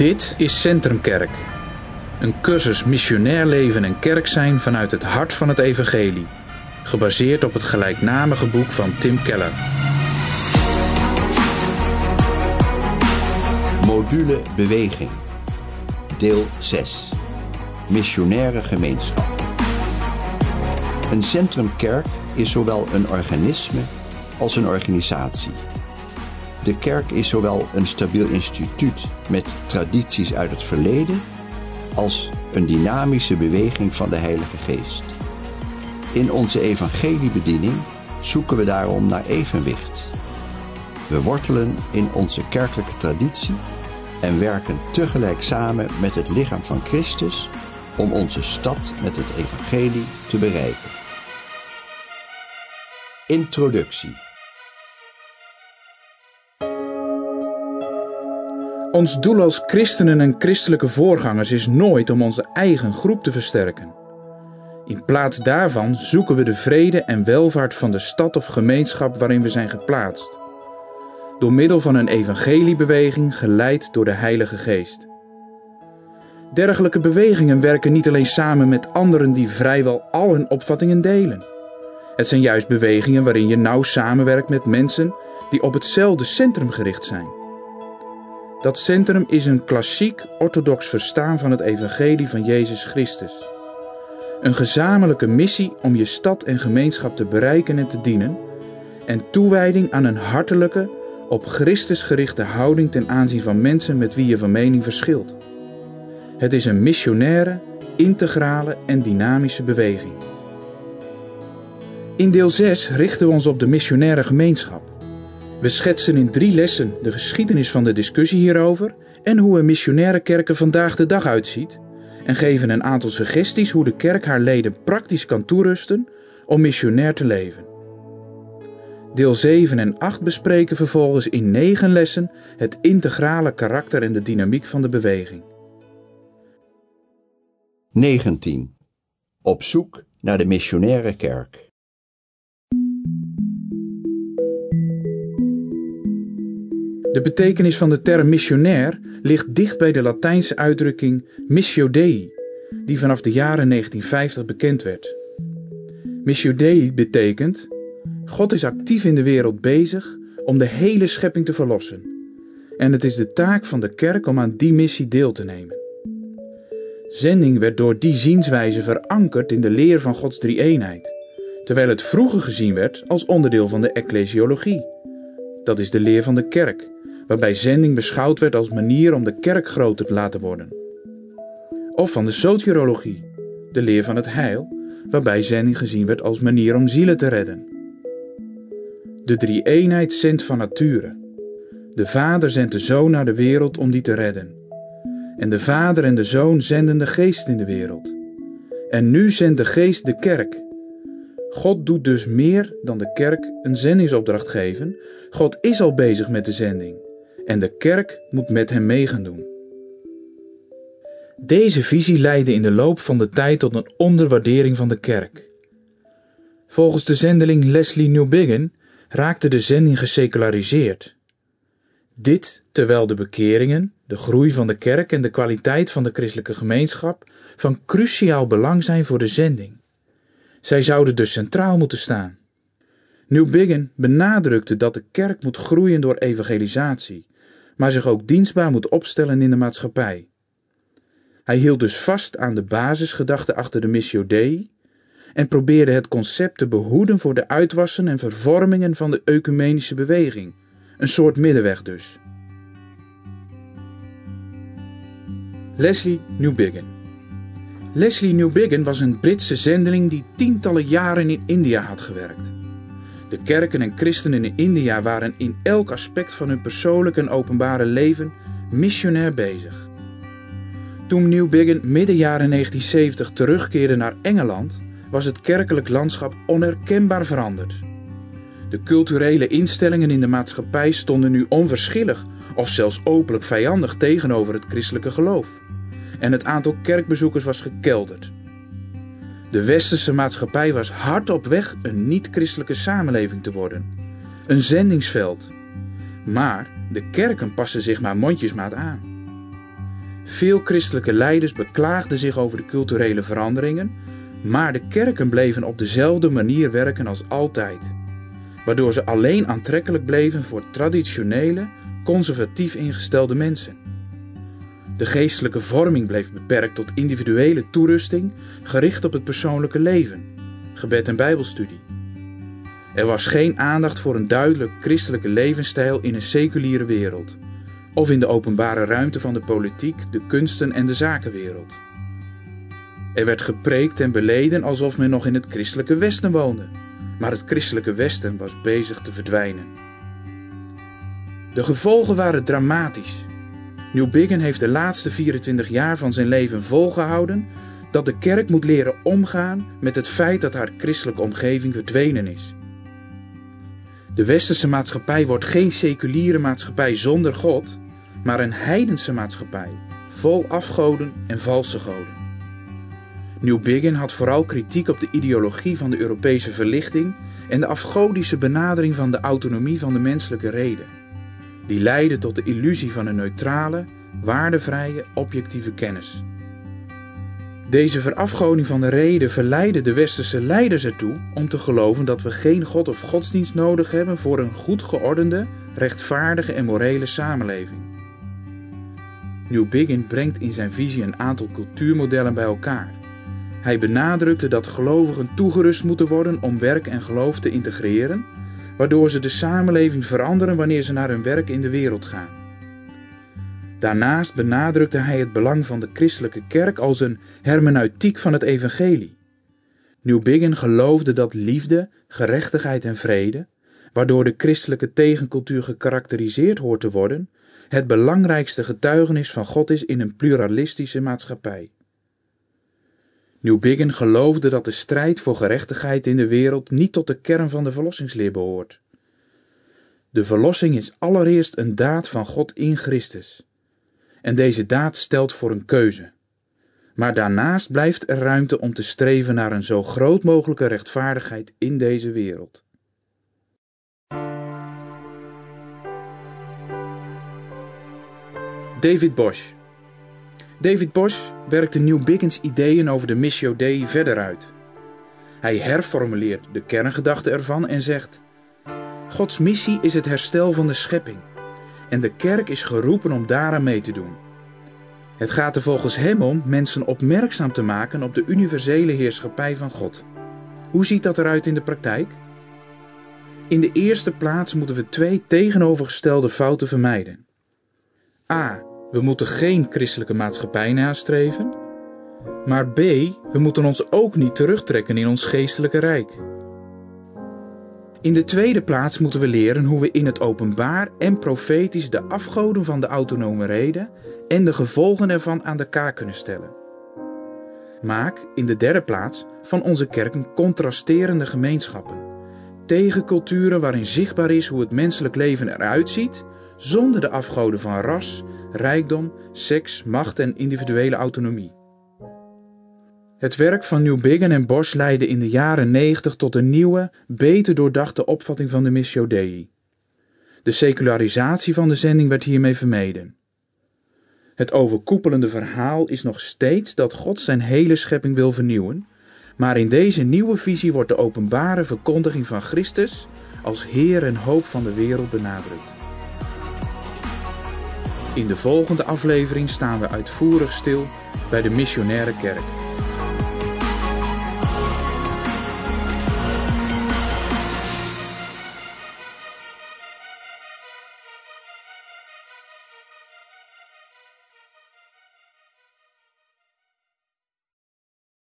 Dit is Centrum-kerk. Een cursus missionair leven en kerk zijn vanuit het hart van het evangelie. Gebaseerd op het gelijknamige boek van Tim Keller. Module Beweging. Deel 6. Missionaire gemeenschap. Een centrumkerk is zowel een organisme als een organisatie. De kerk is zowel een stabiel instituut met tradities uit het verleden als een dynamische beweging van de Heilige Geest. In onze evangeliebediening zoeken we daarom naar evenwicht. We wortelen in onze kerkelijke traditie en werken tegelijk samen met het lichaam van Christus om onze stad met het evangelie te bereiken. Introductie. Ons doel als christenen en christelijke voorgangers is nooit om onze eigen groep te versterken. In plaats daarvan zoeken we de vrede en welvaart van de stad of gemeenschap waarin we zijn geplaatst. Door middel van een evangeliebeweging geleid door de Heilige Geest. Dergelijke bewegingen werken niet alleen samen met anderen die vrijwel al hun opvattingen delen. Het zijn juist bewegingen waarin je nauw samenwerkt met mensen die op hetzelfde centrum gericht zijn. Dat centrum is een klassiek orthodox verstaan van het evangelie van Jezus Christus. Een gezamenlijke missie om je stad en gemeenschap te bereiken en te dienen en toewijding aan een hartelijke, op Christus gerichte houding ten aanzien van mensen met wie je van mening verschilt. Het is een missionaire, integrale en dynamische beweging. In deel 6 richten we ons op de missionaire gemeenschap. We schetsen in 3 lessen de geschiedenis van de discussie hierover en hoe een missionaire kerk er vandaag de dag uitziet en geven een aantal suggesties hoe de kerk haar leden praktisch kan toerusten om missionair te leven. Deel 7 en 8 bespreken vervolgens in 9 lessen het integrale karakter en de dynamiek van de beweging. 19. Op zoek naar de missionaire kerk. De betekenis van de term missionair ligt dicht bij de Latijnse uitdrukking Missio Dei, die vanaf de jaren 1950 bekend werd. Missio Dei betekent: God is actief in de wereld bezig om de hele schepping te verlossen. En het is de taak van de kerk om aan die missie deel te nemen. Zending werd door die zienswijze verankerd in de leer van Gods drie-eenheid, terwijl het vroeger gezien werd als onderdeel van de ecclesiologie. Dat is de leer van de kerk, waarbij zending beschouwd werd als manier om de kerk groter te laten worden. Of van de soteriologie, de leer van het heil, waarbij zending gezien werd als manier om zielen te redden. De drie-eenheid zendt van nature. De Vader zendt de Zoon naar de wereld om die te redden. En de Vader en de Zoon zenden de Geest in de wereld. En nu zendt de Geest de kerk. God doet dus meer dan de kerk een zendingsopdracht geven. God is al bezig met de zending. En de kerk moet met hem mee gaan doen. Deze visie leidde in de loop van de tijd tot een onderwaardering van de kerk. Volgens de zendeling Lesslie Newbigin raakte de zending geseculariseerd. Dit terwijl de bekeringen, de groei van de kerk en de kwaliteit van de christelijke gemeenschap van cruciaal belang zijn voor de zending. Zij zouden dus centraal moeten staan. Newbigin benadrukte dat de kerk moet groeien door evangelisatie, maar zich ook dienstbaar moet opstellen in de maatschappij. Hij hield dus vast aan de basisgedachte achter de Missio Dei en probeerde het concept te behoeden voor de uitwassen en vervormingen van de ecumenische beweging, een soort middenweg dus. Lesslie Newbigin. Lesslie Newbigin was een Britse zendeling die tientallen jaren in India had gewerkt. De kerken en christenen in India waren in elk aspect van hun persoonlijke en openbare leven missionair bezig. Toen Newbigin midden jaren 1970 terugkeerde naar Engeland, was het kerkelijk landschap onherkenbaar veranderd. De culturele instellingen in de maatschappij stonden nu onverschillig of zelfs openlijk vijandig tegenover het christelijke geloof. En het aantal kerkbezoekers was gekelderd. De westerse maatschappij was hard op weg een niet-christelijke samenleving te worden. Een zendingsveld. Maar de kerken passen zich maar mondjesmaat aan. Veel christelijke leiders beklaagden zich over de culturele veranderingen, maar de kerken bleven op dezelfde manier werken als altijd, waardoor ze alleen aantrekkelijk bleven voor traditionele, conservatief ingestelde mensen. De geestelijke vorming bleef beperkt tot individuele toerusting, gericht op het persoonlijke leven, gebed en bijbelstudie. Er was geen aandacht voor een duidelijk christelijke levensstijl in een seculiere wereld, of in de openbare ruimte van de politiek, de kunsten en de zakenwereld. Er werd gepreekt en beleden alsof men nog in het christelijke Westen woonde, maar het christelijke Westen was bezig te verdwijnen. De gevolgen waren dramatisch. Newbigin heeft de laatste 24 jaar van zijn leven volgehouden dat de kerk moet leren omgaan met het feit dat haar christelijke omgeving verdwenen is. De westerse maatschappij wordt geen seculiere maatschappij zonder God, maar een heidense maatschappij, vol afgoden en valse goden. Newbigin had vooral kritiek op de ideologie van de Europese verlichting en de afgodische benadering van de autonomie van de menselijke rede, die leidde tot de illusie van een neutrale, waardevrije, objectieve kennis. Deze verafgoding van de rede verleidde de westerse leiders ertoe om te geloven dat we geen God of godsdienst nodig hebben voor een goed geordende, rechtvaardige en morele samenleving. Newbigin brengt in zijn visie een aantal cultuurmodellen bij elkaar. Hij benadrukte dat gelovigen toegerust moeten worden om werk en geloof te integreren, waardoor ze de samenleving veranderen wanneer ze naar hun werk in de wereld gaan. Daarnaast benadrukte hij het belang van de christelijke kerk als een hermeneutiek van het evangelie. Newbigin geloofde dat liefde, gerechtigheid en vrede, waardoor de christelijke tegencultuur gekarakteriseerd hoort te worden, het belangrijkste getuigenis van God is in een pluralistische maatschappij. Newbigin geloofde dat de strijd voor gerechtigheid in de wereld niet tot de kern van de verlossingsleer behoort. De verlossing is allereerst een daad van God in Christus. En deze daad stelt voor een keuze. Maar daarnaast blijft er ruimte om te streven naar een zo groot mogelijke rechtvaardigheid in deze wereld. David Bosch. David Bosch werkte Newbigins ideeën over de Missio Dei verder uit. Hij herformuleert de kerngedachte ervan en zegt: Gods missie is het herstel van de schepping en de kerk is geroepen om daaraan mee te doen. Het gaat er volgens hem om mensen opmerkzaam te maken op de universele heerschappij van God. Hoe ziet dat eruit in de praktijk? In de eerste plaats moeten we 2 tegenovergestelde fouten vermijden. A. We moeten geen christelijke maatschappij nastreven. Maar B. We moeten ons ook niet terugtrekken in ons geestelijke rijk. In de tweede plaats moeten we leren hoe we in het openbaar en profetisch de afgoden van de autonome rede en de gevolgen ervan aan de kaak kunnen stellen. Maak in de derde plaats van onze kerken contrasterende gemeenschappen, tegenculturen waarin zichtbaar is hoe het menselijk leven eruit ziet, zonder de afgoden van ras, rijkdom, seks, macht en individuele autonomie. Het werk van Newbigin en Bosch leidde in de jaren 90 tot een nieuwe, beter doordachte opvatting van de Missio Dei. De secularisatie van de zending werd hiermee vermeden. Het overkoepelende verhaal is nog steeds dat God zijn hele schepping wil vernieuwen, maar in deze nieuwe visie wordt de openbare verkondiging van Christus als Heer en hoop van de wereld benadrukt. In de volgende aflevering staan we uitvoerig stil bij de missionaire kerk.